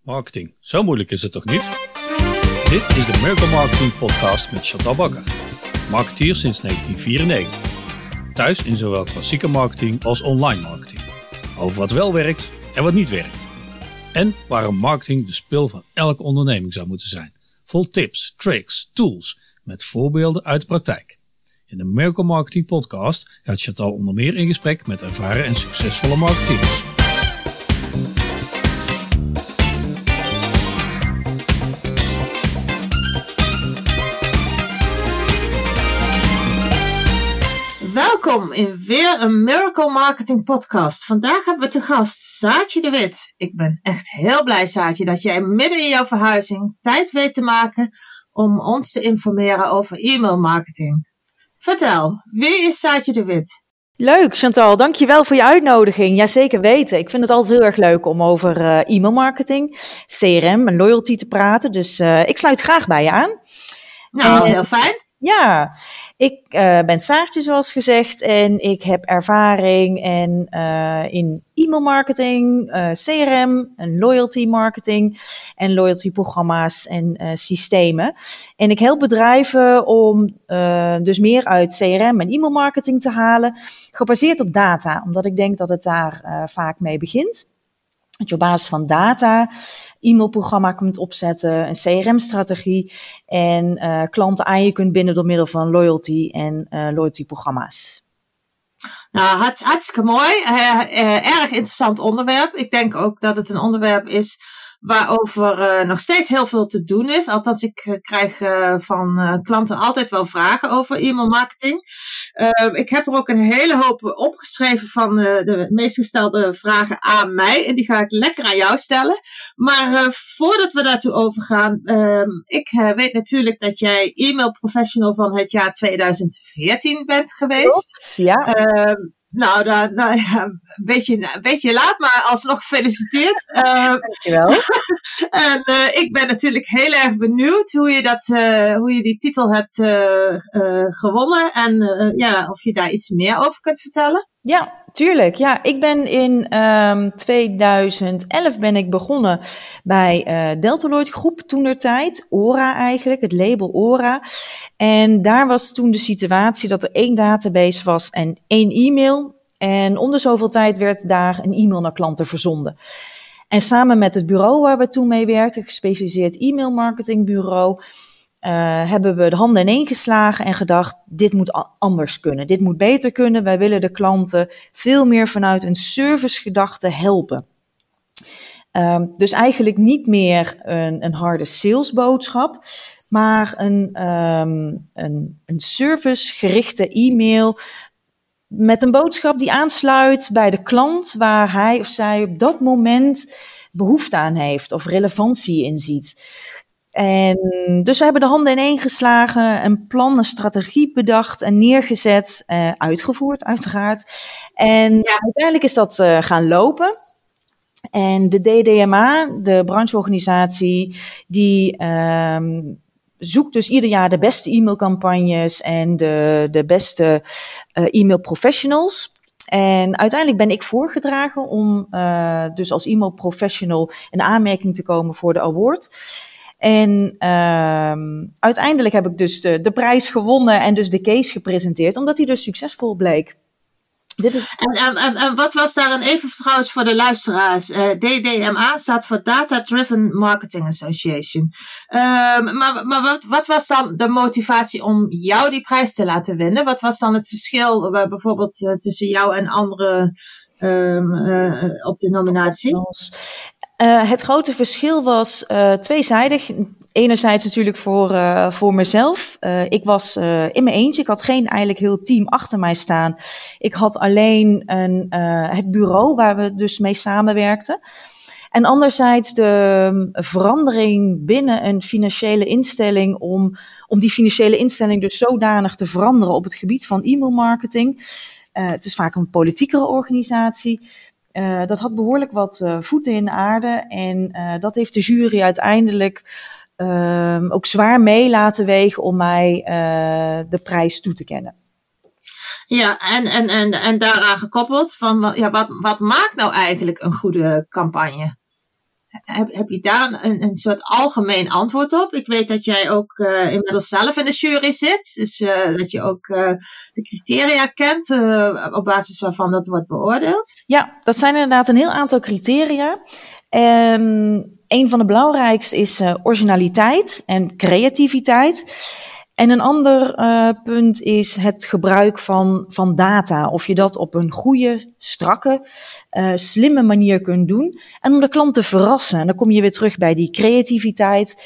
Marketing, zo moeilijk is het toch niet? Dit is de Miracle Marketing Podcast met Chantal Bakker. Marketeer sinds 1994. Thuis in zowel klassieke marketing als online marketing. Over wat wel werkt en wat niet werkt. En waarom marketing de spil van elke onderneming zou moeten zijn. Vol tips, tricks, tools met voorbeelden uit de praktijk. In de Miracle Marketing Podcast gaat Chantal onder meer in gesprek met ervaren en succesvolle marketeers. Welkom in weer een Miracle Marketing Podcast. Vandaag hebben we te gast Saartje de Wit. Ik ben echt heel blij, Saartje, dat jij midden in jouw verhuizing tijd weet te maken om ons te informeren over e-mailmarketing. Vertel, wie is Saartje de Wit? Leuk, Chantal. Dankjewel voor je uitnodiging. Ja, zeker weten. Ik vind het altijd heel erg leuk om over e-mailmarketing, CRM en loyalty te praten. Dus ik sluit graag bij je aan. Nou, heel fijn. Ja, ik ben Saartje zoals gezegd en ik heb ervaring in e-mailmarketing, CRM en loyalty marketing en loyalty programma's en systemen. En ik help bedrijven om dus meer uit CRM en e-mailmarketing te halen, gebaseerd op data, omdat ik denk dat het daar vaak mee begint. Dat je op basis van data e-mailprogramma kunt opzetten, een CRM-strategie en klanten aan je kunt binden door middel van loyalty en loyalty-programma's. Nou, hartstikke mooi. Erg interessant onderwerp. Ik denk ook dat het een onderwerp is waarover nog steeds heel veel te doen is. Althans, ik krijg van klanten altijd wel vragen over e-mailmarketing. Ik heb er ook een hele hoop opgeschreven van de meest gestelde vragen aan mij. En die ga ik lekker aan jou stellen. Maar voordat we daartoe overgaan, ik weet natuurlijk dat jij e-mail professional van het jaar 2014 bent geweest. Klopt, ja. Nou ja, een beetje laat, maar alsnog gefeliciteerd. Dankjewel. En ik ben natuurlijk heel erg benieuwd hoe je die titel hebt gewonnen. En of je daar iets meer over kunt vertellen. Ja, tuurlijk. Ja, ik ben in 2011 ben ik begonnen bij Deltaloid Groep toentertijd. Ora eigenlijk, het label Ora. En daar was toen de situatie dat er 1 database was en 1 e-mail. En om de zoveel tijd werd daar een e-mail naar klanten verzonden. En samen met het bureau waar we toen mee werkten, gespecialiseerd e-mailmarketingbureau, hebben we de handen ineen geslagen en gedacht, dit moet anders kunnen. Dit moet beter kunnen. Wij willen de klanten veel meer vanuit een servicegedachte helpen. Dus eigenlijk niet meer een harde salesboodschap, maar een servicegerichte e-mail met een boodschap die aansluit bij de klant waar hij of zij op dat moment behoefte aan heeft of relevantie in ziet. En dus we hebben de handen ineen geslagen, een plan, een strategie bedacht en neergezet, uitgevoerd uiteraard. En uiteindelijk is dat gaan lopen. En de DDMA, de brancheorganisatie, die zoekt dus ieder jaar de beste e-mailcampagnes en de beste e-mailprofessionals. En uiteindelijk ben ik voorgedragen om dus als e-mailprofessional in aanmerking te komen voor de award. En uiteindelijk heb ik dus de prijs gewonnen en dus de case gepresenteerd, omdat hij dus succesvol bleek. En wat was daar een even trouwens voor de luisteraars? DDMA staat voor Data Driven Marketing Association. Maar wat was dan de motivatie om jou die prijs te laten winnen? Wat was dan het verschil bijvoorbeeld tussen jou en anderen op de nominatie? Het grote verschil was tweezijdig. Enerzijds natuurlijk voor mezelf. Ik was in mijn eentje. Ik had geen eigenlijk heel team achter mij staan. Ik had alleen het bureau waar we dus mee samenwerkten. En anderzijds de verandering binnen een financiële instelling om die financiële instelling dus zodanig te veranderen op het gebied van e-mailmarketing. Het is vaak een politiekere organisatie. Dat had behoorlijk wat voeten in de aarde en dat heeft de jury uiteindelijk ook zwaar mee laten wegen om mij de prijs toe te kennen. Ja, en daaraan gekoppeld van wat maakt nou eigenlijk een goede campagne? heb je daar een soort algemeen antwoord op? Ik weet dat jij ook inmiddels zelf in de jury zit. Dus dat je ook de criteria kent op basis waarvan dat wordt beoordeeld. Ja, dat zijn inderdaad een heel aantal criteria. Een van de belangrijkste is originaliteit en creativiteit. En een ander punt is het gebruik van data. Of je dat op een goede, strakke, slimme manier kunt doen. En om de klant te verrassen. En dan kom je weer terug bij die creativiteit.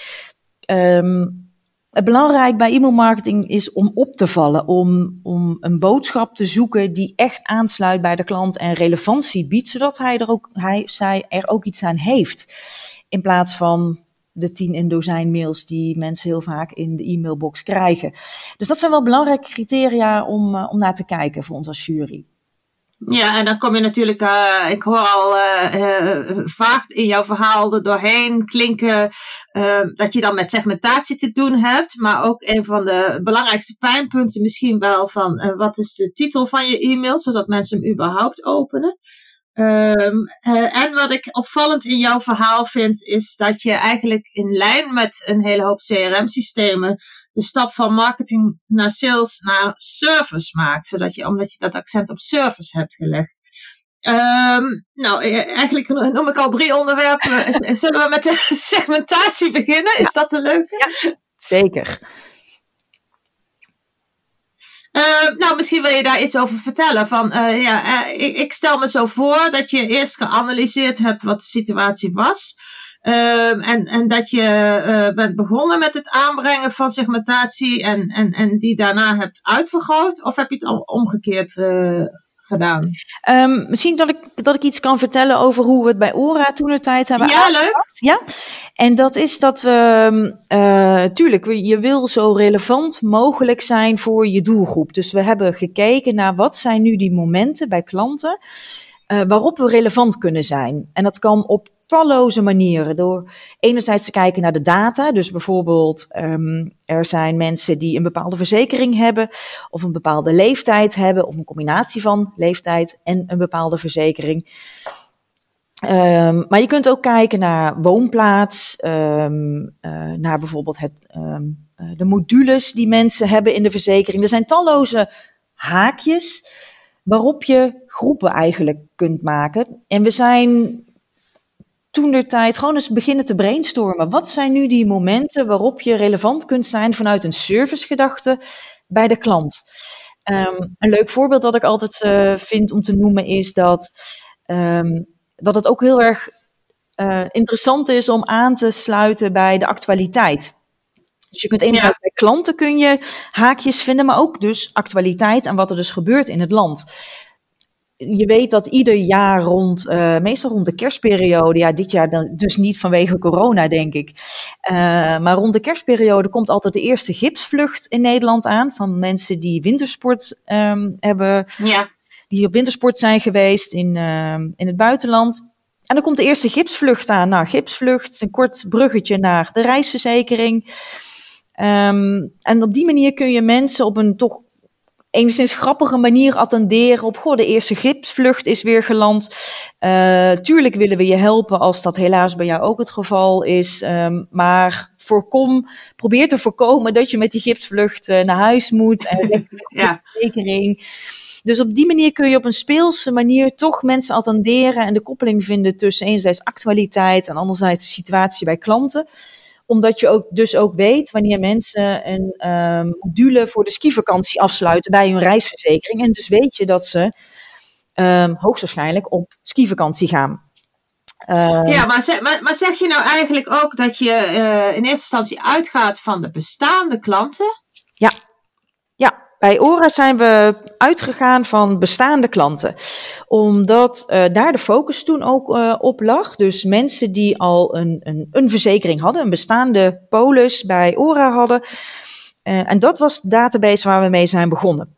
Het belangrijk bij e-mailmarketing is om op te vallen. Om een boodschap te zoeken die echt aansluit bij de klant en relevantie biedt. Zodat zij er ook iets aan heeft. In plaats van de 10 in dozijn mails die mensen heel vaak in de e-mailbox krijgen. Dus dat zijn wel belangrijke criteria om naar te kijken voor ons als jury. Ja, en dan kom je natuurlijk, ik hoor al vaak in jouw verhaal er doorheen klinken dat je dan met segmentatie te doen hebt. Maar ook een van de belangrijkste pijnpunten misschien wel van wat is de titel van je e-mail, zodat mensen hem überhaupt openen. En wat ik opvallend in jouw verhaal vind, is dat je eigenlijk in lijn met een hele hoop CRM-systemen de stap van marketing naar sales naar service maakt. Omdat je dat accent op service hebt gelegd. Eigenlijk noem ik al 3 onderwerpen. Zullen we met de segmentatie beginnen? Is dat een leuke? Ja, zeker. Misschien wil je daar iets over vertellen. Ik stel me zo voor dat je eerst geanalyseerd hebt wat de situatie was. En dat je bent begonnen met het aanbrengen van segmentatie en die daarna hebt uitvergroot. Of heb je het al omgekeerd gedaan? Misschien dat ik iets kan vertellen over hoe we het bij Ora toentertijd hebben aangepakt. Leuk. Ja, en dat is dat we, tuurlijk, je wil zo relevant mogelijk zijn voor je doelgroep. Dus we hebben gekeken naar wat zijn nu die momenten bij klanten waarop we relevant kunnen zijn. En dat kan op talloze manieren. Door enerzijds te kijken naar de data. Dus bijvoorbeeld er zijn mensen die een bepaalde verzekering hebben of een bepaalde leeftijd hebben of een combinatie van leeftijd en een bepaalde verzekering. Maar je kunt ook kijken naar woonplaats, naar bijvoorbeeld de modules die mensen hebben in de verzekering. Er zijn talloze haakjes waarop je groepen eigenlijk kunt maken. En we zijn toentertijd gewoon eens beginnen te brainstormen. Wat zijn nu die momenten waarop je relevant kunt zijn vanuit een servicegedachte bij de klant? Een leuk voorbeeld dat ik altijd vind om te noemen is dat het ook heel erg interessant is om aan te sluiten bij de actualiteit. Dus je kunt enerzijds bij klanten kun je haakjes vinden, maar ook dus actualiteit en wat er dus gebeurt in het land. Je weet dat ieder jaar meestal rond de kerstperiode, dit jaar dus niet vanwege corona denk ik, maar rond de kerstperiode komt altijd de eerste gipsvlucht in Nederland aan van mensen die wintersport hebben, die op wintersport zijn geweest in het buitenland. En dan komt de eerste gipsvlucht aan. Nou, gipsvlucht is een kort bruggetje naar de reisverzekering. En op die manier kun je mensen op een toch enigszins grappige manier attenderen op, de eerste gipsvlucht is weer geland. Tuurlijk willen we je helpen als dat helaas bij jou ook het geval is. Maar probeer te voorkomen dat je met die gipsvlucht naar huis moet. En verzekering. Dus op die manier kun je op een speelse manier toch mensen attenderen en de koppeling vinden tussen enerzijds actualiteit en anderzijds de situatie bij klanten. Omdat je ook weet wanneer mensen een module voor de skivakantie afsluiten bij hun reisverzekering. En dus weet je dat ze hoogstwaarschijnlijk op skivakantie gaan. Maar zeg je nou eigenlijk ook dat je in eerste instantie uitgaat van de bestaande klanten? Ja. Bij Ora zijn we uitgegaan van bestaande klanten. Omdat daar de focus toen ook op lag. Dus mensen die al een verzekering hadden, een bestaande polis bij Ora hadden. En dat was de database waar we mee zijn begonnen.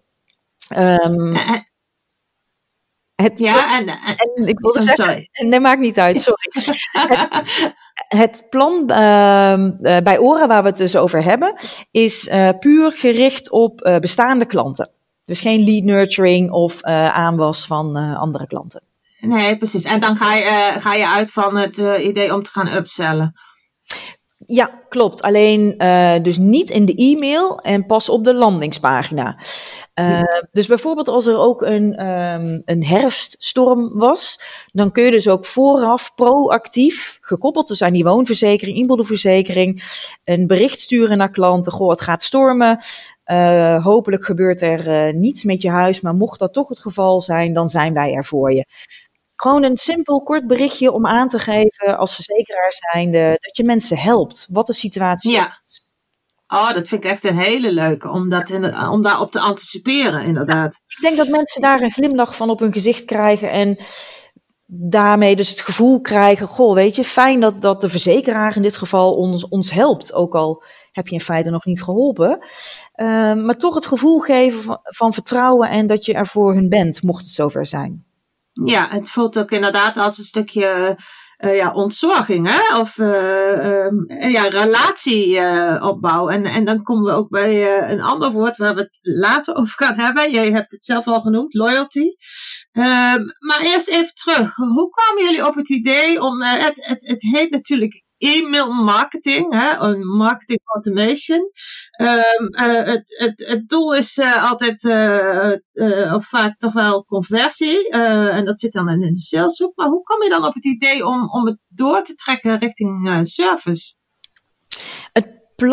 Ik wilde zeggen, sorry. Nee, maakt niet uit, sorry. Het plan bij Ora, waar we het dus over hebben, is puur gericht op bestaande klanten. Dus geen lead nurturing of aanwas van andere klanten. Nee, precies. En dan ga je uit van het idee om te gaan upsellen. Ja, klopt. Alleen dus niet in de e-mail en pas op de landingspagina. Dus bijvoorbeeld als er ook een herfststorm was, dan kun je dus ook vooraf proactief, gekoppeld dus aan die woonverzekering, inboedelverzekering, een bericht sturen naar klanten. Goh, het gaat stormen. Hopelijk gebeurt er niets met je huis, maar mocht dat toch het geval zijn, dan zijn wij er voor je. Gewoon een simpel kort berichtje om aan te geven als verzekeraar zijnde dat je mensen helpt, wat de situatie is. Oh, dat vind ik echt een hele leuke, om daarop te anticiperen, inderdaad. Ik denk dat mensen daar een glimlach van op hun gezicht krijgen en daarmee dus het gevoel krijgen, goh, weet je, fijn dat de verzekeraar in dit geval ons helpt. Ook al heb je in feite nog niet geholpen. Maar toch het gevoel geven van vertrouwen en dat je er voor hun bent, mocht het zover zijn. Ja, het voelt ook inderdaad als een stukje ontzorging, hè? Of relatieopbouw. En dan komen we ook bij een ander woord waar we het later over gaan hebben. Jij hebt het zelf al genoemd, loyalty. Maar eerst even terug. Hoe kwamen jullie op het idee om, het heet natuurlijk e-mail marketing, hè? Marketing automation. Het doel is altijd, of vaak toch wel conversie. En dat zit dan in de saleshoek. Maar hoe kom je dan op het idee om het door te trekken richting service? Het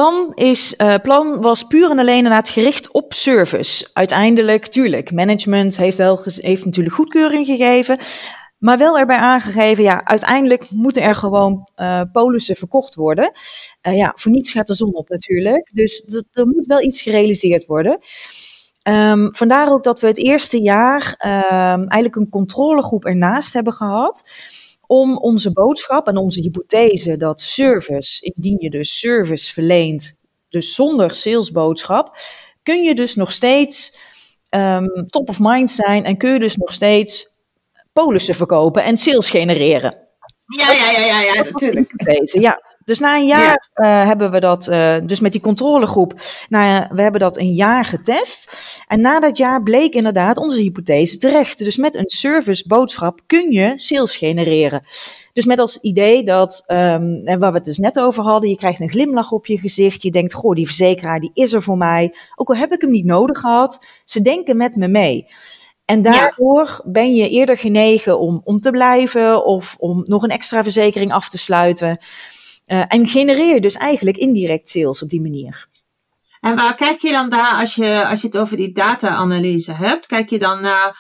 plan was puur en alleen inderdaad gericht op service. Uiteindelijk, tuurlijk, management heeft natuurlijk goedkeuring gegeven. Maar wel erbij aangegeven, ja, uiteindelijk moeten er gewoon polissen verkocht worden. Voor niets gaat de zon op natuurlijk. Dus er moet wel iets gerealiseerd worden. Vandaar ook dat we het eerste jaar eigenlijk een controlegroep ernaast hebben gehad. Om onze boodschap en onze hypothese dat service, indien je dus service verleent, dus zonder salesboodschap, kun je dus nog steeds top of mind zijn en kun je dus nog steeds polissen verkopen en sales genereren. Ja, natuurlijk. Ja. Dus na een jaar hebben we dat, dus met die controlegroep, we hebben dat een jaar getest. En na dat jaar bleek inderdaad onze hypothese terecht. Dus met een serviceboodschap kun je sales genereren. Dus met als idee dat, en waar we het dus net over hadden, je krijgt een glimlach op je gezicht. Je denkt, goh, die verzekeraar die is er voor mij. Ook al heb ik hem niet nodig gehad, ze denken met me mee. En daardoor ben je eerder genegen om te blijven of om nog een extra verzekering af te sluiten. En genereer je dus eigenlijk indirect sales op die manier. En waar kijk je dan daar als je het over die data-analyse hebt? Kijk je dan naar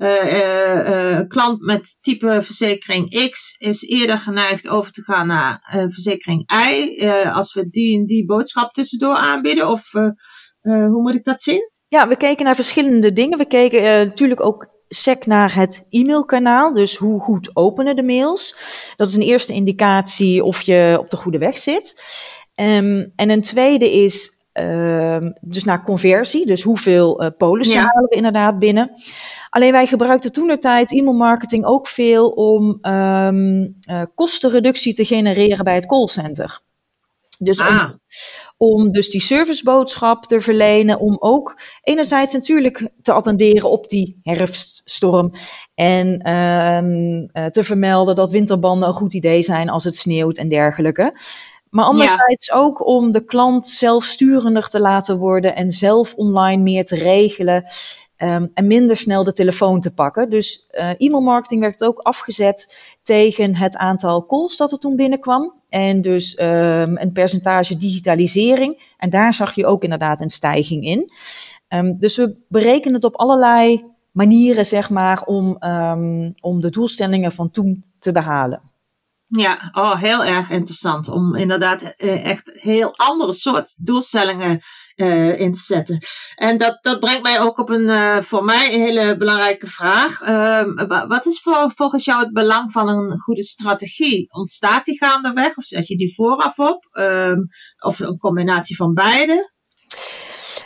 klant met type verzekering X is eerder geneigd over te gaan naar verzekering Y als we die en die boodschap tussendoor aanbieden? Of hoe moet ik dat zien? Ja, we keken naar verschillende dingen. We keken natuurlijk ook sec naar het e-mailkanaal. Dus hoe goed openen de mails. Dat is een eerste indicatie of je op de goede weg zit. En een tweede is dus naar conversie. Dus hoeveel polissen halen we inderdaad binnen. Alleen wij gebruikten toentertijd e-mailmarketing ook veel om kostenreductie te genereren bij het callcenter. Dus om dus die serviceboodschap te verlenen, om ook enerzijds natuurlijk te attenderen op die herfststorm en te vermelden dat winterbanden een goed idee zijn als het sneeuwt en dergelijke. Maar anderzijds ook om de klant zelfsturender te laten worden en zelf online meer te regelen en minder snel de telefoon te pakken. Dus e-mailmarketing werd ook afgezet tegen het aantal calls dat er toen binnenkwam. En dus een percentage digitalisering. En daar zag je ook inderdaad een stijging in. Dus we berekenen het op allerlei manieren, zeg maar, om de doelstellingen van toen te behalen. Ja, heel erg interessant om inderdaad echt heel andere soort doelstellingen in te zetten. En dat brengt mij ook op een voor mij een hele belangrijke vraag. Wat is volgens jou het belang van een goede strategie? Ontstaat die gaandeweg of zet je die vooraf op? Of een combinatie van beide?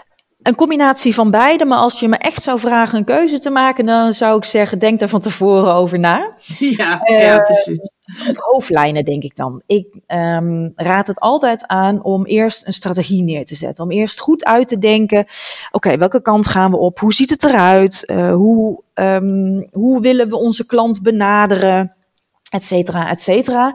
Een combinatie van beide, maar als je me echt zou vragen een keuze te maken, dan zou ik zeggen, denk daar van tevoren over na. Ja, precies. Op hoofdlijnen denk ik dan. Ik raad het altijd aan om eerst een strategie neer te zetten. Om eerst goed uit te denken, oké, welke kant gaan we op? Hoe ziet het eruit? Hoe willen we onze klant benaderen? Et cetera, et cetera.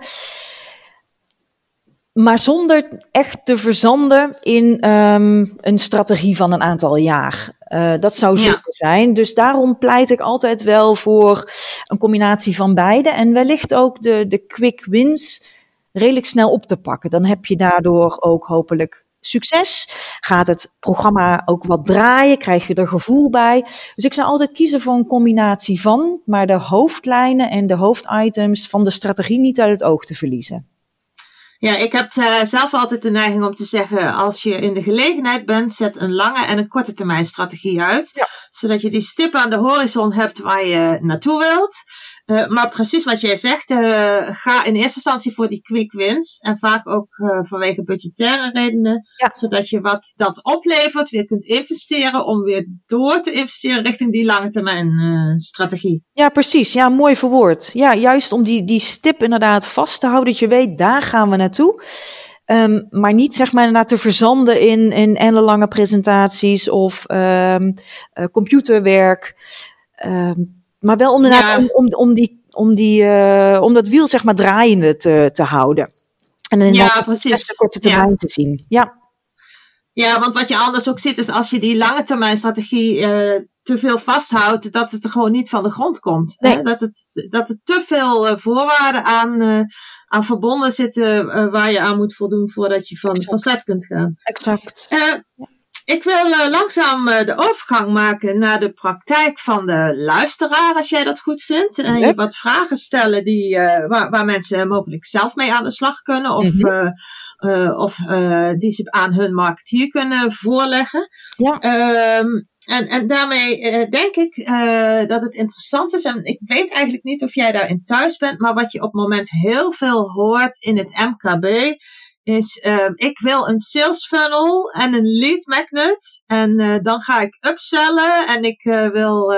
Maar zonder echt te verzanden in een strategie van een aantal jaar. Dat zou zonde zijn. Dus daarom pleit ik altijd wel voor een combinatie van beide. En wellicht ook de quick wins redelijk snel op te pakken. Dan heb je daardoor ook hopelijk succes. Gaat het programma ook wat draaien? Krijg je er gevoel bij? Dus ik zou altijd kiezen voor een combinatie van. Maar de hoofdlijnen en de hoofditems van de strategie niet uit het oog te verliezen. Ja, ik heb zelf altijd de neiging om te zeggen, als je in de gelegenheid bent, zet een lange en een korte termijn strategie uit. Ja. Zodat je die stip aan de horizon hebt waar je naartoe wilt. Maar precies wat jij zegt, ga in eerste instantie voor die quick wins. En vaak ook vanwege budgettaire redenen. Ja. Zodat je wat dat oplevert weer kunt investeren om weer door te investeren richting die lange termijn strategie. Ja, precies. Ja, mooi verwoord. Ja, juist om die stip inderdaad vast te houden. Dat je weet, daar gaan we naartoe. Maar niet zeg maar inderdaad te verzanden in ellenlange presentaties of computerwerk. Maar wel om om dat wiel zeg maar draaiende te houden. En inderdaad precies de korte termijn te zien. Ja, want wat je anders ook ziet is als je die lange termijn strategie te veel vasthoudt, dat het er gewoon niet van de grond komt. Nee. Hè? Dat er te veel voorwaarden aan verbonden zitten waar je aan moet voldoen voordat je van start kunt gaan. Exact. Ik wil langzaam de overgang maken naar de praktijk van de luisteraar, als jij dat goed vindt. En je wat vragen stellen waar mensen mogelijk zelf mee aan de slag kunnen. Of die ze aan hun marketeer kunnen voorleggen. Ja. En daarmee denk ik dat het interessant is. En ik weet eigenlijk niet of jij daarin thuis bent. Maar wat je op het moment heel veel hoort in het MKB is, ik wil een sales funnel en een lead magnet. En dan ga ik upsellen. En ik wil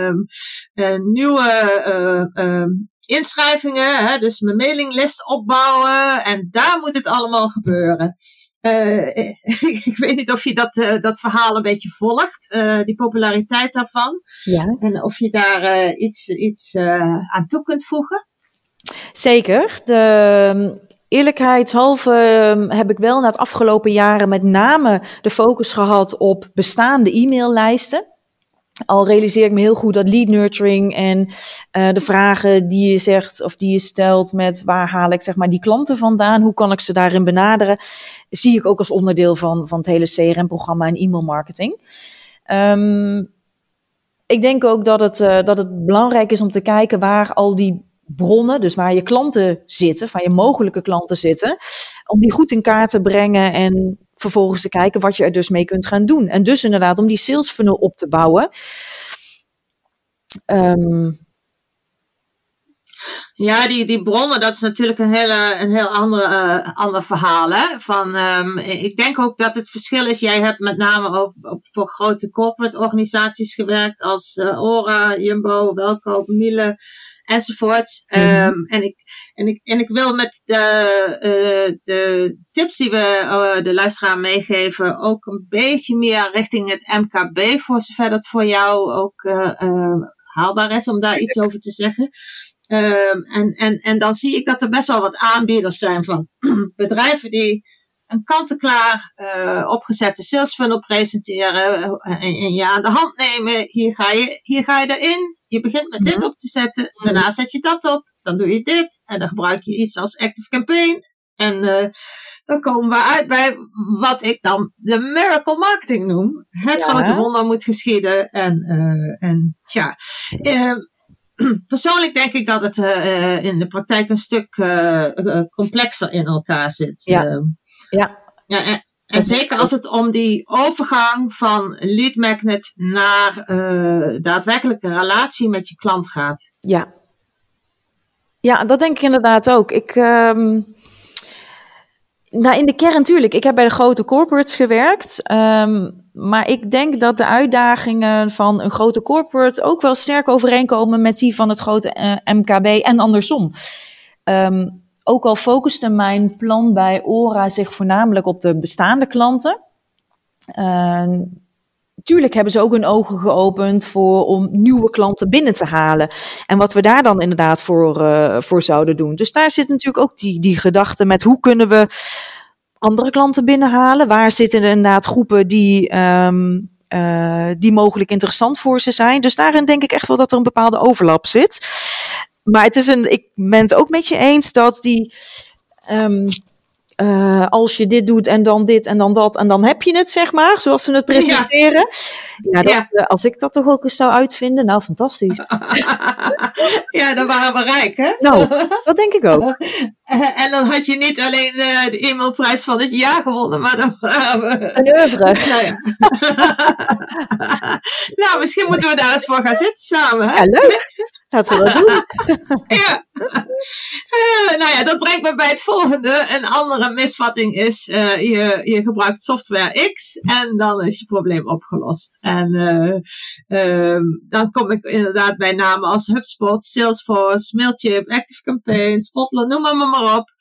nieuwe inschrijvingen. Dus mijn mailinglist opbouwen. En daar moet het allemaal gebeuren. Ik weet niet of je dat verhaal een beetje volgt. Die populariteit daarvan. Ja. En of je daar iets aan toe kunt voegen. Zeker. Eerlijkheidshalve heb ik wel na het afgelopen jaren met name de focus gehad op bestaande e-maillijsten. Al realiseer ik me heel goed dat lead nurturing en de vragen die je zegt of die je stelt met waar haal ik zeg maar die klanten vandaan, hoe kan ik ze daarin benaderen, zie ik ook als onderdeel van het hele CRM-programma en e-mailmarketing. Ik denk ook dat het belangrijk is om te kijken waar al die bronnen, dus waar je klanten zitten, waar je mogelijke klanten zitten, om die goed in kaart te brengen en vervolgens te kijken wat je er dus mee kunt gaan doen. En dus inderdaad om die sales funnel op te bouwen. Ja, die bronnen, dat is natuurlijk een heel ander verhaal. Hè? Ik denk ook dat het verschil is, jij hebt met name ook voor grote corporate organisaties gewerkt als Ora, Jumbo, Welkoop, Miele enzovoorts. En ik wil met de tips die we de luisteraar meegeven ook een beetje meer richting het MKB, voor zover dat voor jou ook haalbaar is om daar iets over te zeggen. En dan zie ik dat er best wel wat aanbieders zijn van bedrijven die een kant-en-klaar opgezette sales funnel presenteren en je aan de hand nemen. Hier ga je erin. Je begint met dit op te zetten. Daarna zet je dat op. Dan doe je dit. En dan gebruik je iets als Active Campaign. En dan komen we uit bij wat ik dan de miracle marketing noem. Het grote wonder moet geschieden. Persoonlijk denk ik dat het in de praktijk een stuk complexer in elkaar zit. En zeker als het om die overgang van lead magnet naar daadwerkelijke relatie met je klant gaat. Ja, dat denk ik inderdaad ook. Nou, in de kern natuurlijk. Ik heb bij de grote corporates gewerkt. Maar ik denk dat de uitdagingen van een grote corporate ook wel sterk overeenkomen met die van het grote MKB en andersom. Ook al focuste mijn plan bij Ora zich voornamelijk op de bestaande klanten. Tuurlijk hebben ze ook hun ogen geopend om nieuwe klanten binnen te halen. En wat we daar dan inderdaad voor zouden doen. Dus daar zit natuurlijk ook die gedachte met hoe kunnen we andere klanten binnenhalen. Waar zitten er inderdaad groepen die mogelijk interessant voor ze zijn. Dus daarin denk ik echt wel dat er een bepaalde overlap zit. Maar ik ben het ook met je eens dat als je dit doet en dan dit en dan dat en dan heb je het, zeg maar, zoals ze het presenteren. Als ik dat toch ook eens zou uitvinden, nou fantastisch. Ja, dan waren we rijk, hè? Nou, dat denk ik ook. En dan had je niet alleen de e-mailprijs van het jaar gewonnen, maar dan waren we... Een oeuvre. Nou, misschien moeten we daar eens voor gaan zitten samen, hè? Ja, leuk. Laten we dat doen. Ja. Dat brengt me bij het volgende. Een andere misvatting is, je gebruikt software X en dan is je probleem opgelost. En dan kom ik inderdaad bij namen als HubSpot, Salesforce, Mailchimp, ActiveCampaign, Spotlight, noem maar op.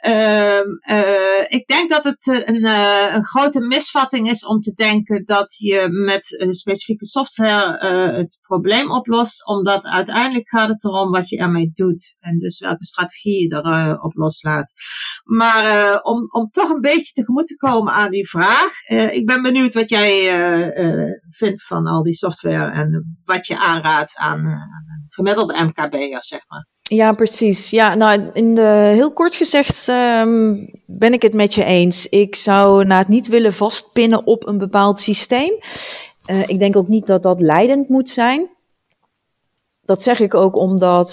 Ik denk dat het een grote misvatting is om te denken dat je met specifieke software het probleem oplost, omdat uiteindelijk gaat het erom wat je ermee doet en dus welke strategie je erop loslaat. Maar om toch een beetje tegemoet te komen aan die vraag, ik ben benieuwd wat jij vindt van al die software en wat je aanraadt aan een gemiddelde MKB'er, zeg maar. Ja, precies. Ja, nou, heel kort gezegd ben ik het met je eens. Ik zou het niet willen vastpinnen op een bepaald systeem. Ik denk ook niet dat dat leidend moet zijn. Dat zeg ik ook omdat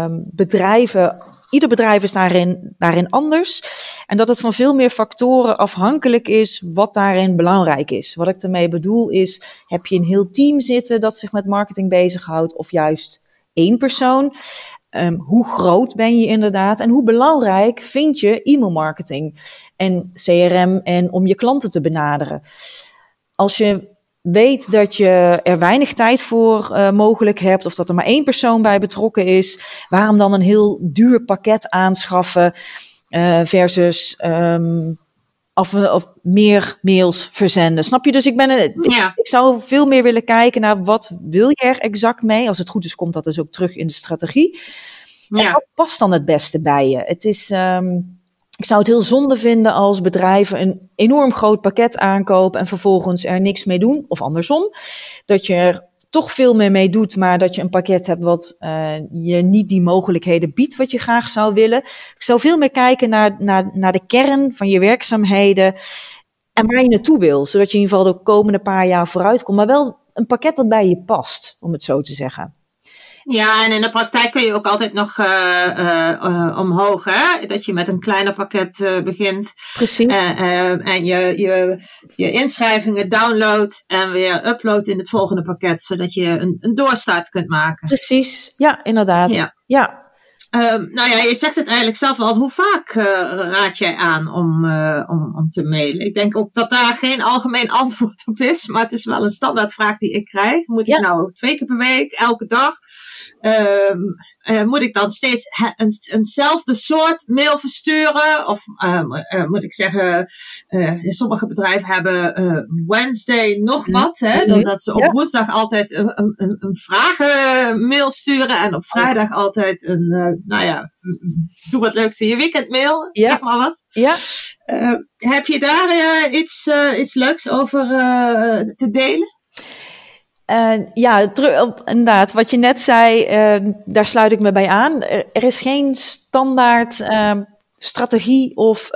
ieder bedrijf is daarin anders. En dat het van veel meer factoren afhankelijk is wat daarin belangrijk is. Wat ik ermee bedoel is, heb je een heel team zitten dat zich met marketing bezighoudt of juist één persoon? Hoe groot ben je inderdaad en hoe belangrijk vind je e-mailmarketing en CRM en om je klanten te benaderen? Als je weet dat je er weinig tijd voor mogelijk hebt of dat er maar één persoon bij betrokken is, waarom dan een heel duur pakket aanschaffen versus of meer mails verzenden? Snap je? Dus ik zou veel meer willen kijken naar wat wil je er exact mee. Als het goed is, komt dat dus ook terug in de strategie. Ja. En wat past dan het beste bij je? Het is, ik zou het heel zonde vinden als bedrijven een enorm groot pakket aankopen en vervolgens er niks mee doen. Of andersom, dat je er toch veel meer mee doet, maar dat je een pakket hebt wat je niet die mogelijkheden biedt wat je graag zou willen. Ik zou veel meer kijken naar de kern van je werkzaamheden en waar je naartoe wil, zodat je in ieder geval de komende paar jaar vooruit komt, maar wel een pakket wat bij je past, om het zo te zeggen. Ja, en in de praktijk kun je ook altijd nog omhoog, hè? Dat je met een kleiner pakket begint. Precies. En je inschrijvingen downloadt en weer uploadt in het volgende pakket, zodat je een doorstart kunt maken. Precies, ja, inderdaad. Ja. Je zegt het eigenlijk zelf al. Hoe vaak raad jij aan om te mailen? Ik denk ook dat daar geen algemeen antwoord op is, maar het is wel een standaardvraag die ik krijg. Moet ik nou 2 keer per week, elke dag? Moet ik dan steeds eenzelfde soort mail versturen? Of moet ik zeggen, sommige bedrijven hebben Wednesday nog wat. Hè? Dat ze op woensdag altijd een vragenmail sturen en op vrijdag altijd doe wat leuks in je weekendmail. Ja. Zeg maar wat. Ja. Heb je daar iets leuks over te delen? Inderdaad, wat je net zei, daar sluit ik me bij aan. Er is geen standaard strategie of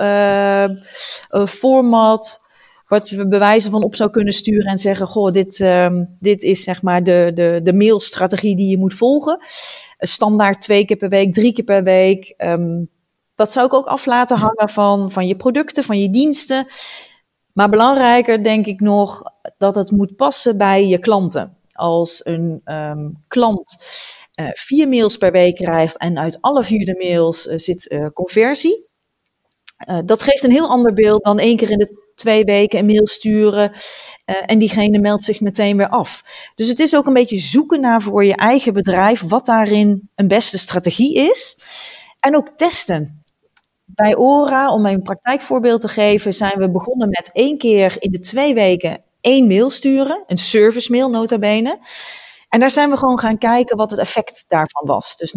format wat je bewijzen van op zou kunnen sturen en zeggen, goh, dit is zeg maar de mailstrategie die je moet volgen. Standaard 2 keer per week, 3 keer per week. Dat zou ik ook af laten hangen van je producten, van je diensten. Maar belangrijker denk ik nog dat het moet passen bij je klanten. Als een klant 4 mails per week krijgt en uit alle 4 de mails zit conversie. Dat geeft een heel ander beeld dan 1 keer in de 2 weken een mail sturen en diegene meldt zich meteen weer af. Dus het is ook een beetje zoeken naar voor je eigen bedrijf wat daarin een beste strategie is. En ook testen. Bij Aura, om een praktijkvoorbeeld te geven, zijn we begonnen met 1 keer in de 2 weken 1 mail sturen. Een service mail nota bene. En daar zijn we gewoon gaan kijken wat het effect daarvan was. Dus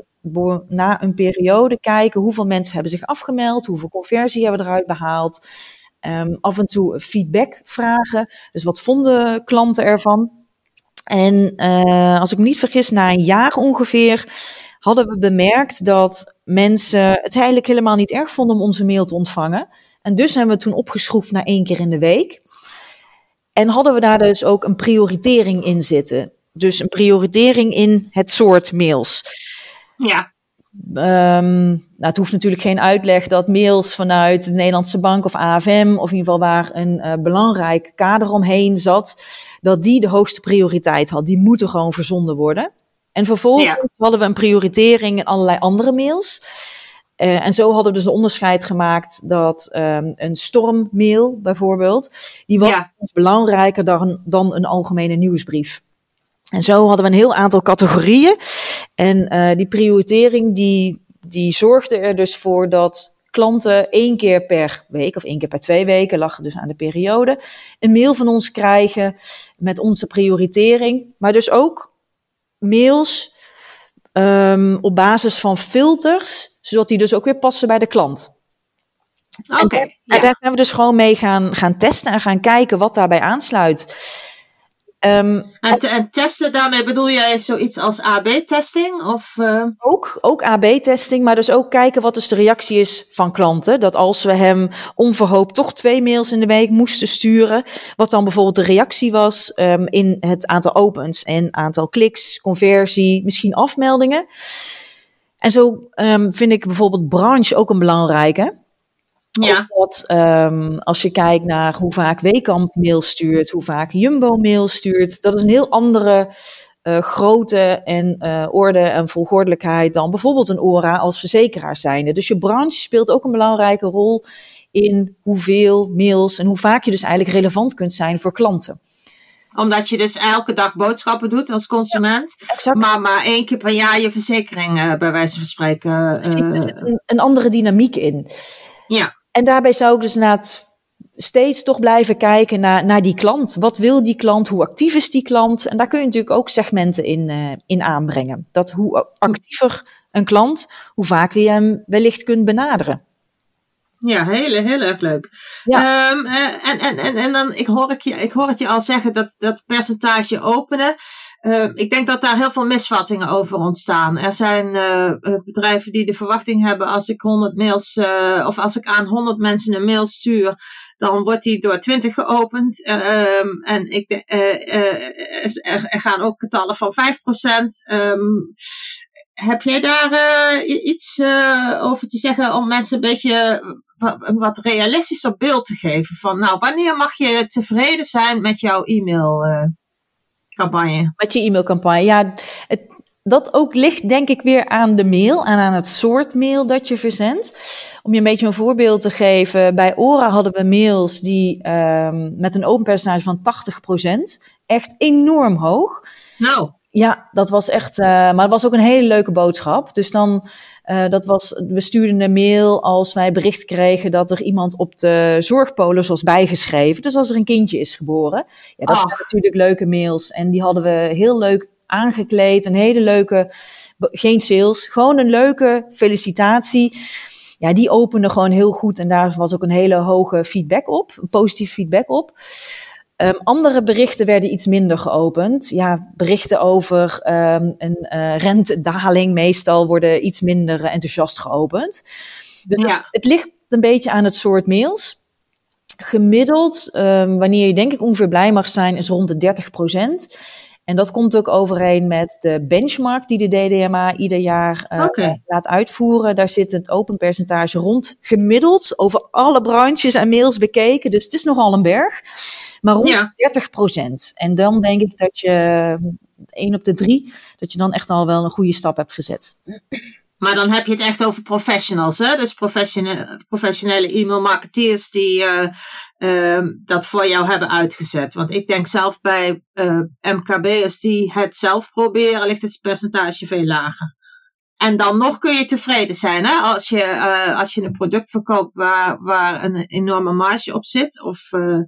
na een periode kijken hoeveel mensen hebben zich afgemeld, hoeveel conversie hebben we eruit behaald. Af en toe feedback vragen. Dus wat vonden klanten ervan? En als ik me niet vergis, na een jaar ongeveer hadden we bemerkt dat mensen het eigenlijk helemaal niet erg vonden om onze mail te ontvangen. En dus hebben we toen opgeschroefd naar 1 keer in de week. En hadden we daar dus ook een prioritering in zitten. Dus een prioritering in het soort mails. Ja. Het hoeft natuurlijk geen uitleg dat mails vanuit de Nederlandse Bank of AFM, of in ieder geval waar een belangrijk kader omheen zat, dat die de hoogste prioriteit had. Die moeten gewoon verzonden worden. En vervolgens hadden we een prioritering in allerlei andere mails. En zo hadden we dus een onderscheid gemaakt dat een stormmail bijvoorbeeld, die was belangrijker dan een algemene nieuwsbrief. En zo hadden we een heel aantal categorieën. En die prioritering die zorgde er dus voor dat klanten 1 keer per week of 1 keer per 2 weken, lag dus aan de periode, een mail van ons krijgen met onze prioritering. Maar dus ook mails op basis van filters, zodat die dus ook weer passen bij de klant. En daar zijn we dus gewoon mee gaan testen en gaan kijken wat daarbij aansluit. En testen, daarmee bedoel jij zoiets als AB-testing? Ook AB-testing, maar dus ook kijken wat dus de reactie is van klanten. Dat als we hem onverhoopt toch 2 mails in de week moesten sturen, wat dan bijvoorbeeld de reactie was in het aantal opens en aantal kliks, conversie, misschien afmeldingen. En zo vind ik bijvoorbeeld branche ook een belangrijke. Ja. Dat, als je kijkt naar hoe vaak Weekamp mail stuurt, hoe vaak Jumbo mail stuurt, dat is een heel andere grootte en orde en volgordelijkheid dan bijvoorbeeld een Aura als verzekeraar zijnde. Dus je branche speelt ook een belangrijke rol in hoeveel mails en hoe vaak je dus eigenlijk relevant kunt zijn voor klanten. Omdat je dus elke dag boodschappen doet als consument. Ja, exact. Maar 1 keer per jaar je verzekering bij wijze van spreken. Precies, er zit een andere dynamiek in. Ja. En daarbij zou ik dus steeds toch blijven kijken naar die klant. Wat wil die klant? Hoe actief is die klant? En daar kun je natuurlijk ook segmenten in aanbrengen. Dat hoe actiever een klant, hoe vaker je hem wellicht kunt benaderen. Ja, heel erg leuk. Ja. En dan, ik hoor het je al zeggen, dat percentage openen. Ik denk dat daar heel veel misvattingen over ontstaan. Er zijn bedrijven die de verwachting hebben, als ik 100 mails, of als ik aan 100 mensen een mail stuur, dan wordt die door 20 geopend. En er gaan ook getallen van 5%. Heb jij daar iets over te zeggen om mensen een beetje een wat realistischer beeld te geven van, nou, wanneer mag je tevreden zijn met jouw e-mailcampagne? Met je e-mailcampagne, ja. Dat ook ligt denk ik weer aan de mail en aan het soort mail dat je verzendt. Om je een beetje een voorbeeld te geven, bij Aura hadden we mails die met een open percentage van 80%, echt enorm hoog. Nou. Ja, dat was echt, maar het was ook een hele leuke boodschap. Dus dan, we stuurden een mail als wij bericht kregen dat er iemand op de zorgpolis was bijgeschreven. Dus als er een kindje is geboren. Ja, dat zijn natuurlijk leuke mails. En die hadden we heel leuk aangekleed. Een hele leuke, geen sales, gewoon een leuke felicitatie. Ja, die opende gewoon heel goed. En daar was ook een hele hoge feedback op, een positief feedback op. Andere berichten werden iets minder geopend. Ja, berichten over een rentedaling meestal worden iets minder enthousiast geopend. Dus het ligt een beetje aan het soort mails. Gemiddeld, wanneer je denk ik ongeveer blij mag zijn, is rond de 30%. En dat komt ook overeen met de benchmark die de DDMA ieder jaar laat uitvoeren. Daar zit het open percentage rond gemiddeld over alle branches en mails bekeken. Dus het is nogal een berg. Maar rond 30%. En dan denk ik dat je 1 op de 3, dat je dan echt al wel een goede stap hebt gezet. Maar dan heb je het echt over professionals, hè? Dus professionele e-mailmarketeers die dat voor jou hebben uitgezet. Want ik denk zelf bij MKB'ers die het zelf proberen, ligt het percentage veel lager. En dan nog kun je tevreden zijn, hè? Als je een product verkoopt waar een enorme marge op zit. Of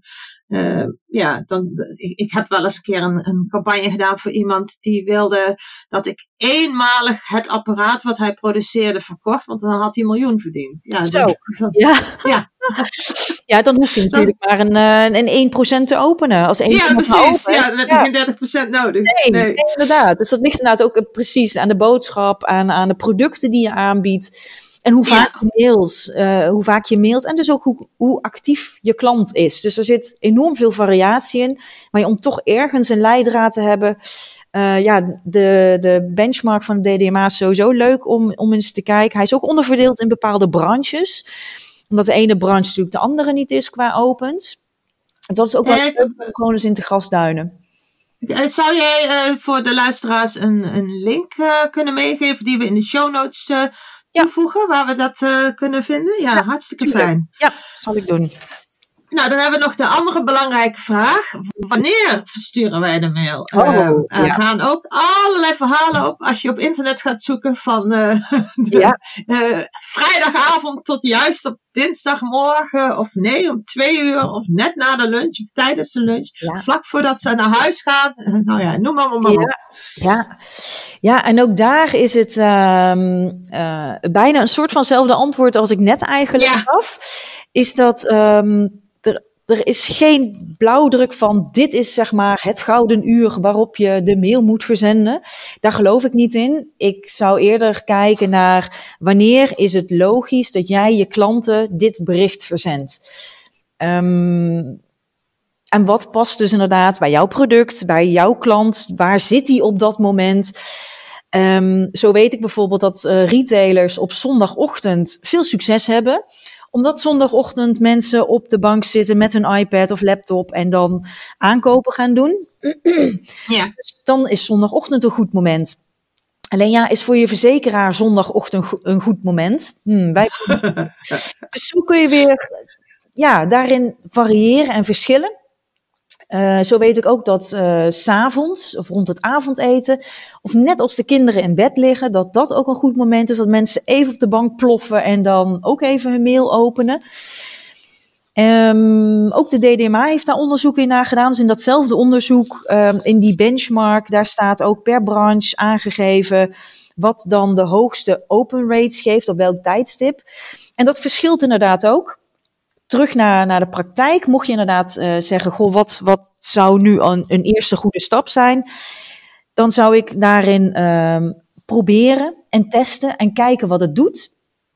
ik heb wel eens een keer een campagne gedaan voor iemand die wilde dat ik eenmalig het apparaat wat hij produceerde verkocht, want dan had hij 1 miljoen verdiend. Ja, Zo, ja. Ja, dan hoef je natuurlijk maar een 1% te openen. Als 1% Ja, precies. open, Ja, dan heb je geen 30% nodig. Nee, inderdaad. Dus dat ligt inderdaad ook precies aan de boodschap, aan de producten die je aanbiedt. En hoe vaak hoe vaak je mailt. En dus ook hoe actief je klant is. Dus er zit enorm veel variatie in. Maar om toch ergens een leidraad te hebben. De benchmark van de DDMA is sowieso leuk om eens te kijken. Hij is ook onderverdeeld in bepaalde branches. Omdat de ene branche natuurlijk de andere niet is qua opens. Dat is ook wel leuk om gewoon eens in te grasduinen. Zou jij voor de luisteraars een link kunnen meegeven die we in de show notes toevoegen, waar we dat kunnen vinden? Ja, hartstikke fijn. Ja, zal ik doen. Nou, dan hebben we nog de andere belangrijke vraag. Wanneer versturen wij de mail? Er gaan ook allerlei verhalen op als je op internet gaat zoeken van vrijdagavond tot juist op dinsdagmorgen of om 2 uur of net na de lunch of tijdens de lunch. Ja. Vlak voordat ze naar huis gaan. Nou ja, noem maar op. Ja, en ook daar is het bijna een soort vanzelfde antwoord als ik net eigenlijk gaf. Is dat er is geen blauwdruk van dit is zeg maar het gouden uur waarop je de mail moet verzenden. Daar geloof ik niet in. Ik zou eerder kijken naar wanneer is het logisch dat jij je klanten dit bericht verzendt. En wat past dus inderdaad bij jouw product, bij jouw klant? Waar zit die op dat moment? Zo weet ik bijvoorbeeld dat retailers op zondagochtend veel succes hebben. Omdat zondagochtend mensen op de bank zitten met hun iPad of laptop en dan aankopen gaan doen. Ja. Dus dan is zondagochtend een goed moment. Alleen is voor je verzekeraar zondagochtend een goed moment? Dus zo kun je weer daarin variëren en verschillen. Zo weet ik ook dat 's avonds of rond het avondeten, of net als de kinderen in bed liggen, dat ook een goed moment is. Dat mensen even op de bank ploffen en dan ook even hun mail openen. Ook de DDMA heeft daar onderzoek weer naar gedaan. Dus in datzelfde onderzoek, in die benchmark, daar staat ook per branche aangegeven wat dan de hoogste open rates geeft, op welk tijdstip. En dat verschilt inderdaad ook. Terug naar de praktijk, mocht je inderdaad zeggen, goh, wat zou nu een eerste goede stap zijn? Dan zou ik daarin proberen en testen en kijken wat het doet.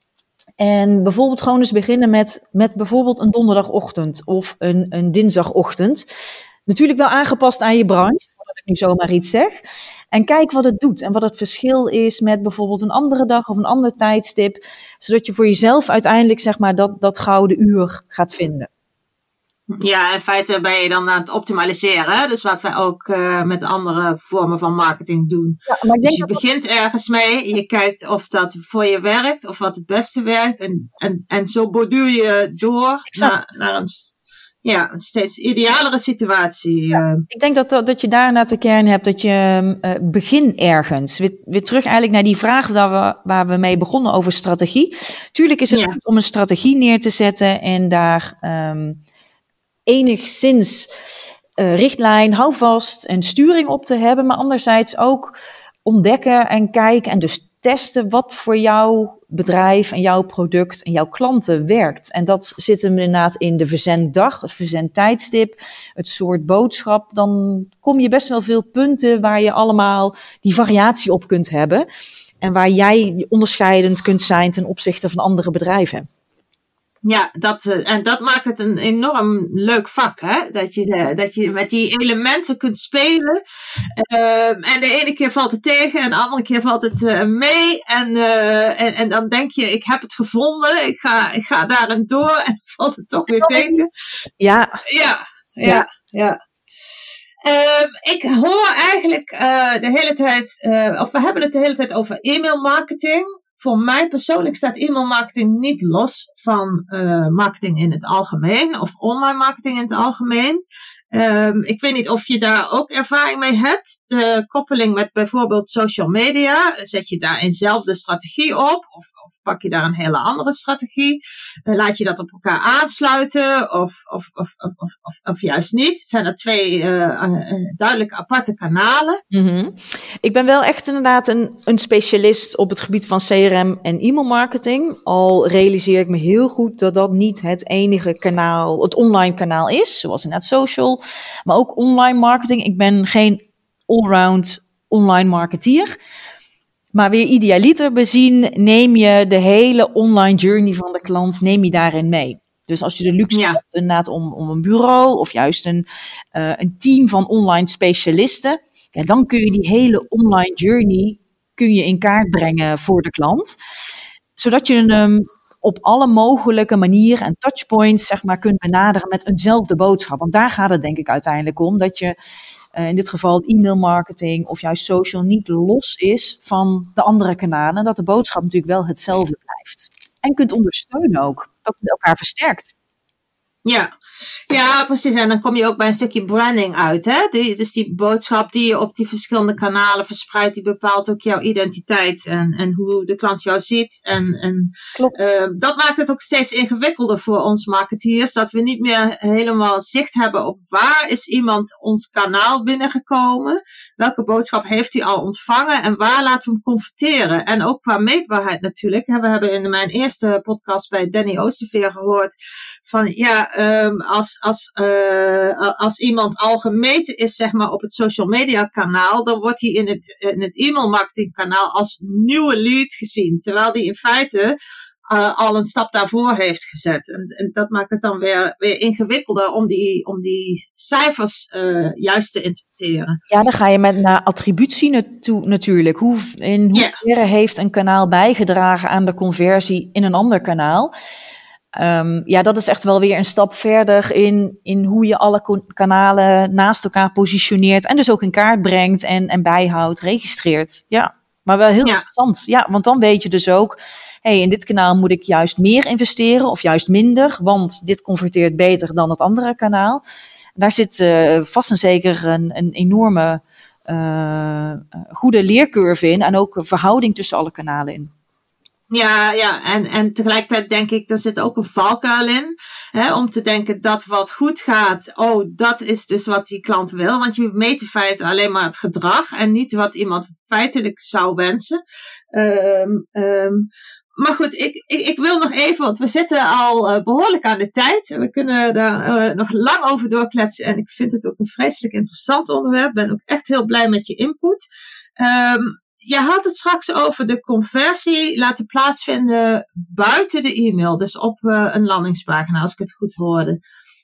En bijvoorbeeld gewoon eens beginnen met bijvoorbeeld een donderdagochtend of een dinsdagochtend. Natuurlijk wel aangepast aan je branche, voordat ik nu zomaar iets zeg. En kijk wat het doet en wat het verschil is met bijvoorbeeld een andere dag of een ander tijdstip. Zodat je voor jezelf uiteindelijk zeg maar dat gouden uur gaat vinden. Ja, in feite ben je dan aan het optimaliseren. Hè? Dus wat wij ook met andere vormen van marketing doen. Ja, maar ik denk dus je begint ergens mee. Je kijkt of dat voor je werkt. Of wat het beste werkt. En zo borduur je door naar een steeds idealere situatie. Ja, ik denk dat je daarna te kern hebt dat je begin ergens. Weer terug eigenlijk naar die vraag waar we mee begonnen over strategie. Tuurlijk is het goed om een strategie neer te zetten en daar enigszins richtlijn, houvast en sturing op te hebben. Maar anderzijds ook ontdekken en kijken en dus testen wat voor jouw bedrijf en jouw product en jouw klanten werkt. En dat zit hem inderdaad in de verzenddag, het verzendtijdstip, het soort boodschap. Dan kom je best wel veel punten waar je allemaal die variatie op kunt hebben. En waar jij onderscheidend kunt zijn ten opzichte van andere bedrijven. Ja, dat maakt het een enorm leuk vak, hè? Dat je met die elementen kunt spelen. En de ene keer valt het tegen en de andere keer valt het mee. En dan denk je, ik heb het gevonden. Ik ga daarin door en dan valt het toch weer tegen. Ja. Ik hoor eigenlijk de hele tijd, of we hebben het de hele tijd over e-mailmarketing. voor mij persoonlijk staat e-mailmarketing niet los van marketing in het algemeen of online marketing in het algemeen. Ik weet niet of je daar ook ervaring mee hebt. De koppeling met bijvoorbeeld social media. Zet je daar eenzelfde strategie op? Of pak je daar een hele andere strategie? Laat je dat op elkaar aansluiten? Of juist niet? Zijn er twee duidelijk aparte kanalen? Mm-hmm. Ik ben wel echt inderdaad een specialist op het gebied van CRM en e-mailmarketing. Al realiseer ik me heel goed dat dat niet het enige kanaal, het online kanaal is. Zoals inderdaad social. Maar ook online marketing. Ik ben geen allround online marketeer. Maar weer idealiter bezien neem je de hele online journey van de klant, neem je daarin mee. Dus als je de luxe hebt inderdaad om een bureau of juist een team van online specialisten, ja, dan kun je die hele online journey in kaart brengen voor de klant. Zodat je hem op alle mogelijke manieren en touchpoints zeg maar kunt benaderen met eenzelfde boodschap. Want daar gaat het denk ik uiteindelijk om, dat je in dit geval e-mailmarketing of juist social niet los is van de andere kanalen. Dat de boodschap natuurlijk wel hetzelfde blijft. En kunt ondersteunen ook, dat het elkaar versterkt. Ja, precies. En dan kom je ook bij een stukje branding uit. Hè? Dus die boodschap die je op die verschillende kanalen verspreidt, die bepaalt ook jouw identiteit en hoe de klant jou ziet. Klopt. Dat maakt het ook steeds ingewikkelder voor ons marketeers, dat we niet meer helemaal zicht hebben op waar is iemand ons kanaal binnengekomen, welke boodschap heeft hij al ontvangen en waar laten we hem converteren. En ook qua meetbaarheid natuurlijk. We hebben in mijn eerste podcast bij Danny Oosterveer gehoord van als iemand al gemeten is, zeg maar, op het social media kanaal, dan wordt hij in het e-mailmarketing kanaal als nieuwe lead gezien. Terwijl die in feite al een stap daarvoor heeft gezet. En dat maakt het dan weer ingewikkelder om die cijfers juist te interpreteren. Ja, dan ga je naar attributie natuurlijk. In hoeverre heeft een kanaal bijgedragen aan de conversie in een ander kanaal? Dat is echt wel weer een stap verder in hoe je alle kanalen naast elkaar positioneert en dus ook in kaart brengt en bijhoudt, registreert. Ja, maar wel heel interessant. Ja, want dan weet je dus ook, in dit kanaal moet ik juist meer investeren of juist minder, want dit converteert beter dan het andere kanaal. Daar zit vast en zeker een enorme goede leercurve in en ook een verhouding tussen alle kanalen in. Ja, en tegelijkertijd denk ik, er zit ook een valkuil in. Om te denken dat wat goed gaat, dat is dus wat die klant wil. Want je meet in feite alleen maar het gedrag en niet wat iemand feitelijk zou wensen. Maar goed, ik wil nog even, want we zitten al behoorlijk aan de tijd. We kunnen daar nog lang over doorkletsen. En ik vind het ook een vreselijk interessant onderwerp. Ik ben ook echt heel blij met je input. Je had het straks over de conversie laten plaatsvinden buiten de e-mail. Dus op een landingspagina, als ik het goed hoorde.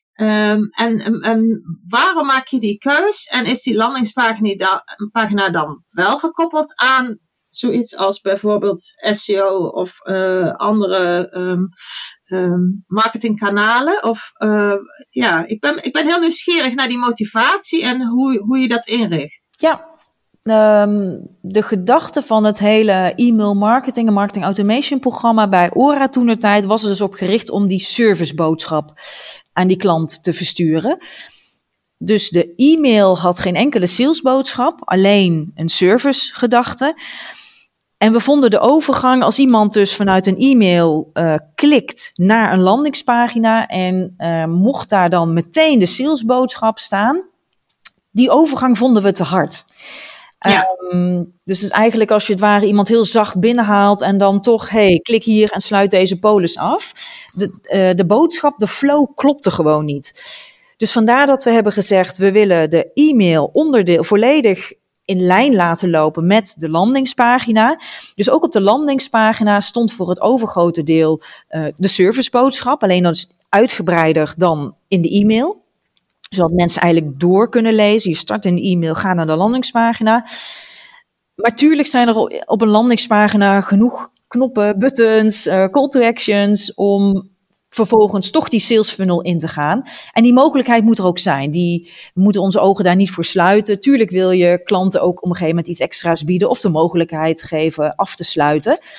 En waarom maak je die keus? En is die landingspagina dan wel gekoppeld aan zoiets als bijvoorbeeld SEO of andere marketingkanalen? Ik ben heel nieuwsgierig naar die motivatie en hoe je dat inricht. Ja. De gedachte van het hele e-mail marketing en marketing automation programma bij Ora toentertijd was er dus op gericht om die serviceboodschap aan die klant te versturen. Dus de e-mail had geen enkele salesboodschap, alleen een servicegedachte. En we vonden de overgang als iemand dus vanuit een e-mail klikt naar een landingspagina en mocht daar dan meteen de salesboodschap staan, die overgang vonden we te hard. Ja. Dus eigenlijk als je het ware iemand heel zacht binnenhaalt en dan toch, klik hier en sluit deze polis af. De boodschap, de flow klopte gewoon niet. Dus vandaar dat we hebben gezegd, we willen de e-mail onderdeel volledig in lijn laten lopen met de landingspagina. Dus ook op de landingspagina stond voor het overgrote deel de serviceboodschap. Alleen dat is uitgebreider dan in de e-mail. Zodat mensen eigenlijk door kunnen lezen. Je start in de e-mail, ga naar de landingspagina. Maar tuurlijk zijn er op een landingspagina genoeg knoppen, buttons, call to actions om vervolgens toch die sales funnel in te gaan. En die mogelijkheid moet er ook zijn. We moeten onze ogen daar niet voor sluiten. Tuurlijk wil je klanten ook op een gegeven moment iets extra's bieden of de mogelijkheid geven af te sluiten.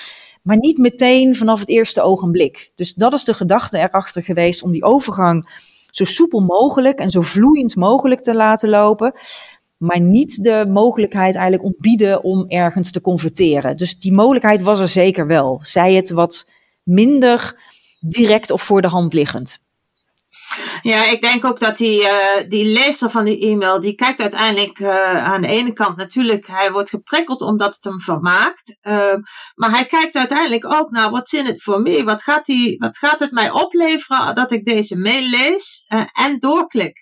maar niet meteen vanaf het eerste ogenblik. Dus dat is de gedachte erachter geweest om die overgang zo soepel mogelijk en zo vloeiend mogelijk te laten lopen, maar niet de mogelijkheid eigenlijk ontbieden om ergens te converteren. Dus die mogelijkheid was er zeker wel. Zij het wat minder direct of voor de hand liggend. Ja, ik denk ook dat die lezer van die e-mail, die kijkt uiteindelijk aan de ene kant natuurlijk, hij wordt geprikkeld omdat het hem vermaakt. Maar hij kijkt uiteindelijk ook naar, what's in it for me? Wat gaat het mij opleveren dat ik deze mail lees en doorklik?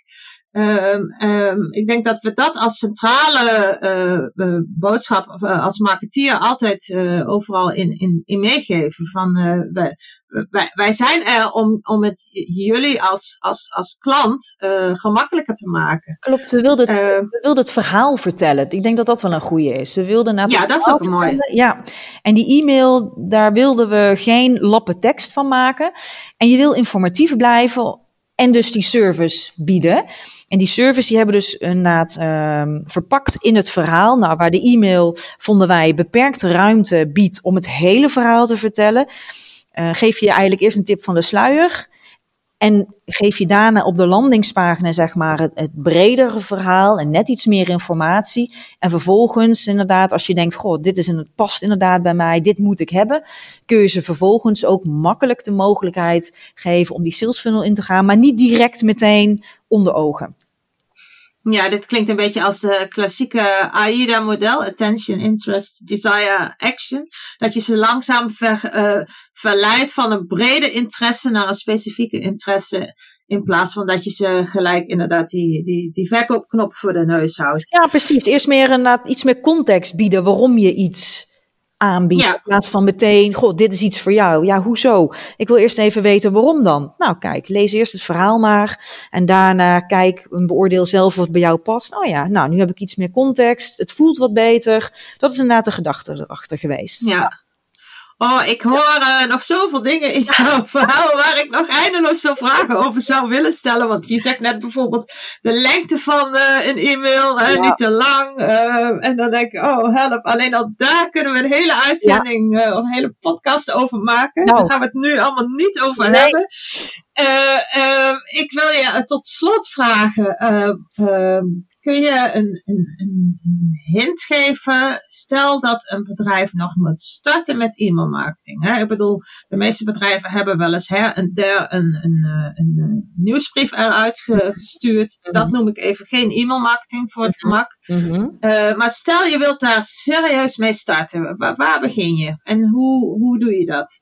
Ik denk dat we dat als centrale boodschap als marketeer altijd overal in meegeven. Van, wij zijn er om het jullie als klant gemakkelijker te maken. Klopt, we wilden het verhaal vertellen. Ik denk dat dat wel een goede is. We wilden dat is ook mooi. Ja, en die e-mail, daar wilden we geen lappen tekst van maken. En je wil informatief blijven en dus die service bieden. En die service die hebben we dus inderdaad verpakt in het verhaal. Nou, waar de e-mail, vonden wij, beperkte ruimte biedt om het hele verhaal te vertellen. Geef je eigenlijk eerst een tip van de sluier. En geef je daarna op de landingspagina zeg maar het bredere verhaal en net iets meer informatie. En vervolgens inderdaad, als je denkt, goh, past inderdaad bij mij, dit moet ik hebben. Kun je ze vervolgens ook makkelijk de mogelijkheid geven om die sales funnel in te gaan. Maar niet direct meteen onder ogen. Ja, dit klinkt een beetje als de klassieke AIDA-model. Attention, Interest, Desire, Action. Dat je ze langzaam verleidt van een brede interesse naar een specifieke interesse. In plaats van dat je ze gelijk inderdaad die verkoopknop voor de neus houdt. Ja, precies. Eerst meer iets meer context bieden waarom je iets aanbiedt. Ja. In plaats van meteen, goh, dit is iets voor jou. Ja, hoezo? Ik wil eerst even weten waarom dan. Nou, kijk, lees eerst het verhaal maar. En daarna kijk en beoordeel zelf wat bij jou past. Oh ja, nou, nu heb ik iets meer context. Het voelt wat beter. Dat is inderdaad de gedachte erachter geweest. Ja. Oh, ik hoor nog zoveel dingen in jouw verhaal waar ik nog eindeloos veel vragen over zou willen stellen. Want je zegt net bijvoorbeeld de lengte van een e-mail, niet te lang. En dan denk ik, oh help, alleen al daar kunnen we een hele uitzending of een hele podcast over maken. Daar gaan we het nu allemaal niet over hebben. Ik wil je tot slot vragen. Kun je een hint geven? Stel dat een bedrijf nog moet starten met e-mailmarketing. Hè? Ik bedoel, de meeste bedrijven hebben wel eens her en der een nieuwsbrief eruit gestuurd. Dat noem ik even geen e-mailmarketing voor het gemak. Maar stel je wilt daar serieus mee starten. Waar begin je? En hoe doe je dat?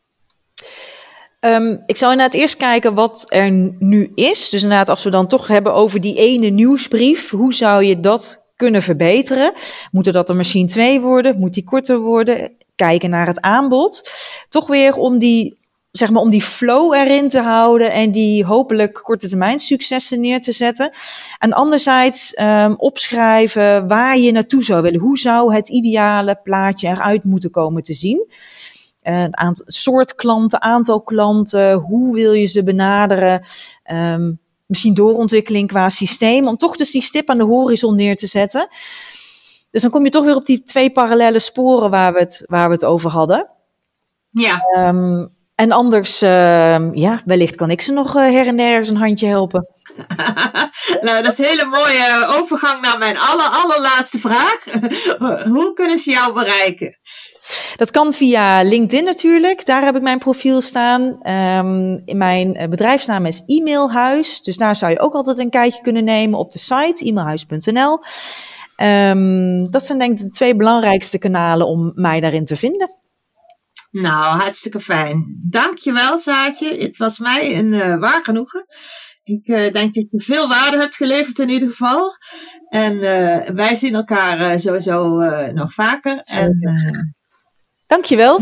Ik zou inderdaad eerst kijken wat er nu is. Dus inderdaad, als we dan toch hebben over die ene nieuwsbrief, hoe zou je dat kunnen verbeteren? Moeten dat er misschien 2 worden? Moet die korter worden? Kijken naar het aanbod. Toch weer om die flow erin te houden en die hopelijk korte termijn successen neer te zetten. En anderzijds opschrijven waar je naartoe zou willen. Hoe zou het ideale plaatje eruit moeten komen te zien? Soort klanten, aantal klanten, hoe wil je ze benaderen, misschien doorontwikkeling qua systeem, om toch dus die stip aan de horizon neer te zetten. Dus dan kom je toch weer op die 2 parallele sporen waar we het over hadden. Ja. En anders, wellicht kan ik ze nog her en der eens een handje helpen. Nou, dat is een hele mooie overgang naar mijn allerlaatste vraag. Hoe kunnen ze jou bereiken? Dat kan via LinkedIn natuurlijk. Daar heb ik mijn profiel staan. In mijn bedrijfsnaam is e-mailhuis. Dus daar zou je ook altijd een kijkje kunnen nemen op de site e-mailhuis.nl. Dat zijn denk ik de 2 belangrijkste kanalen om mij daarin te vinden. Nou, hartstikke fijn. Dankjewel, Saartje. Het was mij een waar genoegen. Ik denk dat je veel waarde hebt geleverd in ieder geval. En wij zien elkaar sowieso nog vaker. Dankjewel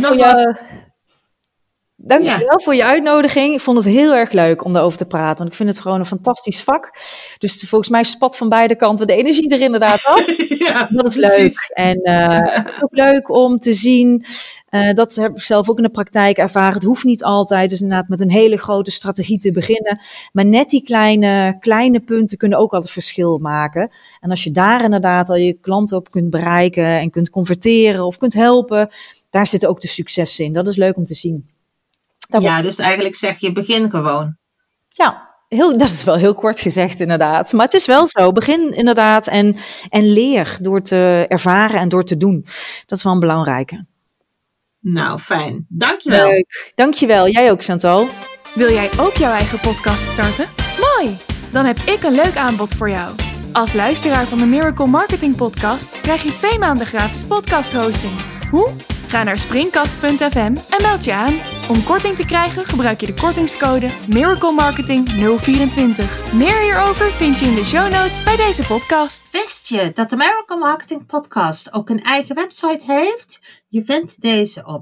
voor je uitnodiging. Ik vond het heel erg leuk om daarover te praten. Want ik vind het gewoon een fantastisch vak. Dus volgens mij spat van beide kanten de energie er inderdaad af. Ja, dat is leuk. En het is ook leuk om te zien. Dat heb ik zelf ook in de praktijk ervaren. Het hoeft niet altijd dus inderdaad met een hele grote strategie te beginnen. Maar net die kleine punten kunnen ook al het verschil maken. En als je daar inderdaad al je klanten op kunt bereiken en kunt converteren of kunt helpen, daar zitten ook de successen in. Dat is leuk om te zien. Dus eigenlijk zeg je begin gewoon. Ja, dat is wel heel kort gezegd inderdaad. Maar het is wel zo. Begin inderdaad en leer door te ervaren en door te doen. Dat is wel een belangrijke. Nou, fijn. Dankjewel. Leuk. Dankjewel. Jij ook, Chantal. Wil jij ook jouw eigen podcast starten? Mooi! Dan heb ik een leuk aanbod voor jou. Als luisteraar van de Miracle Marketing Podcast krijg je 2 maanden gratis podcast hosting. Hoe? Ga naar springkast.fm en meld je aan. Om korting te krijgen gebruik je de kortingscode Miracle Marketing 024. Meer hierover vind je in de show notes bij deze podcast. Wist je dat de Miracle Marketing Podcast ook een eigen website heeft? Je vindt deze op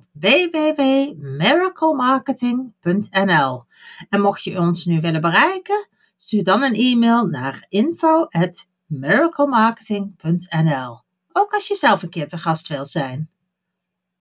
www.miraclemarketing.nl. En mocht je ons nu willen bereiken, stuur dan een e-mail naar info@miraclemarketing.nl. Ook als je zelf een keer te gast wilt zijn.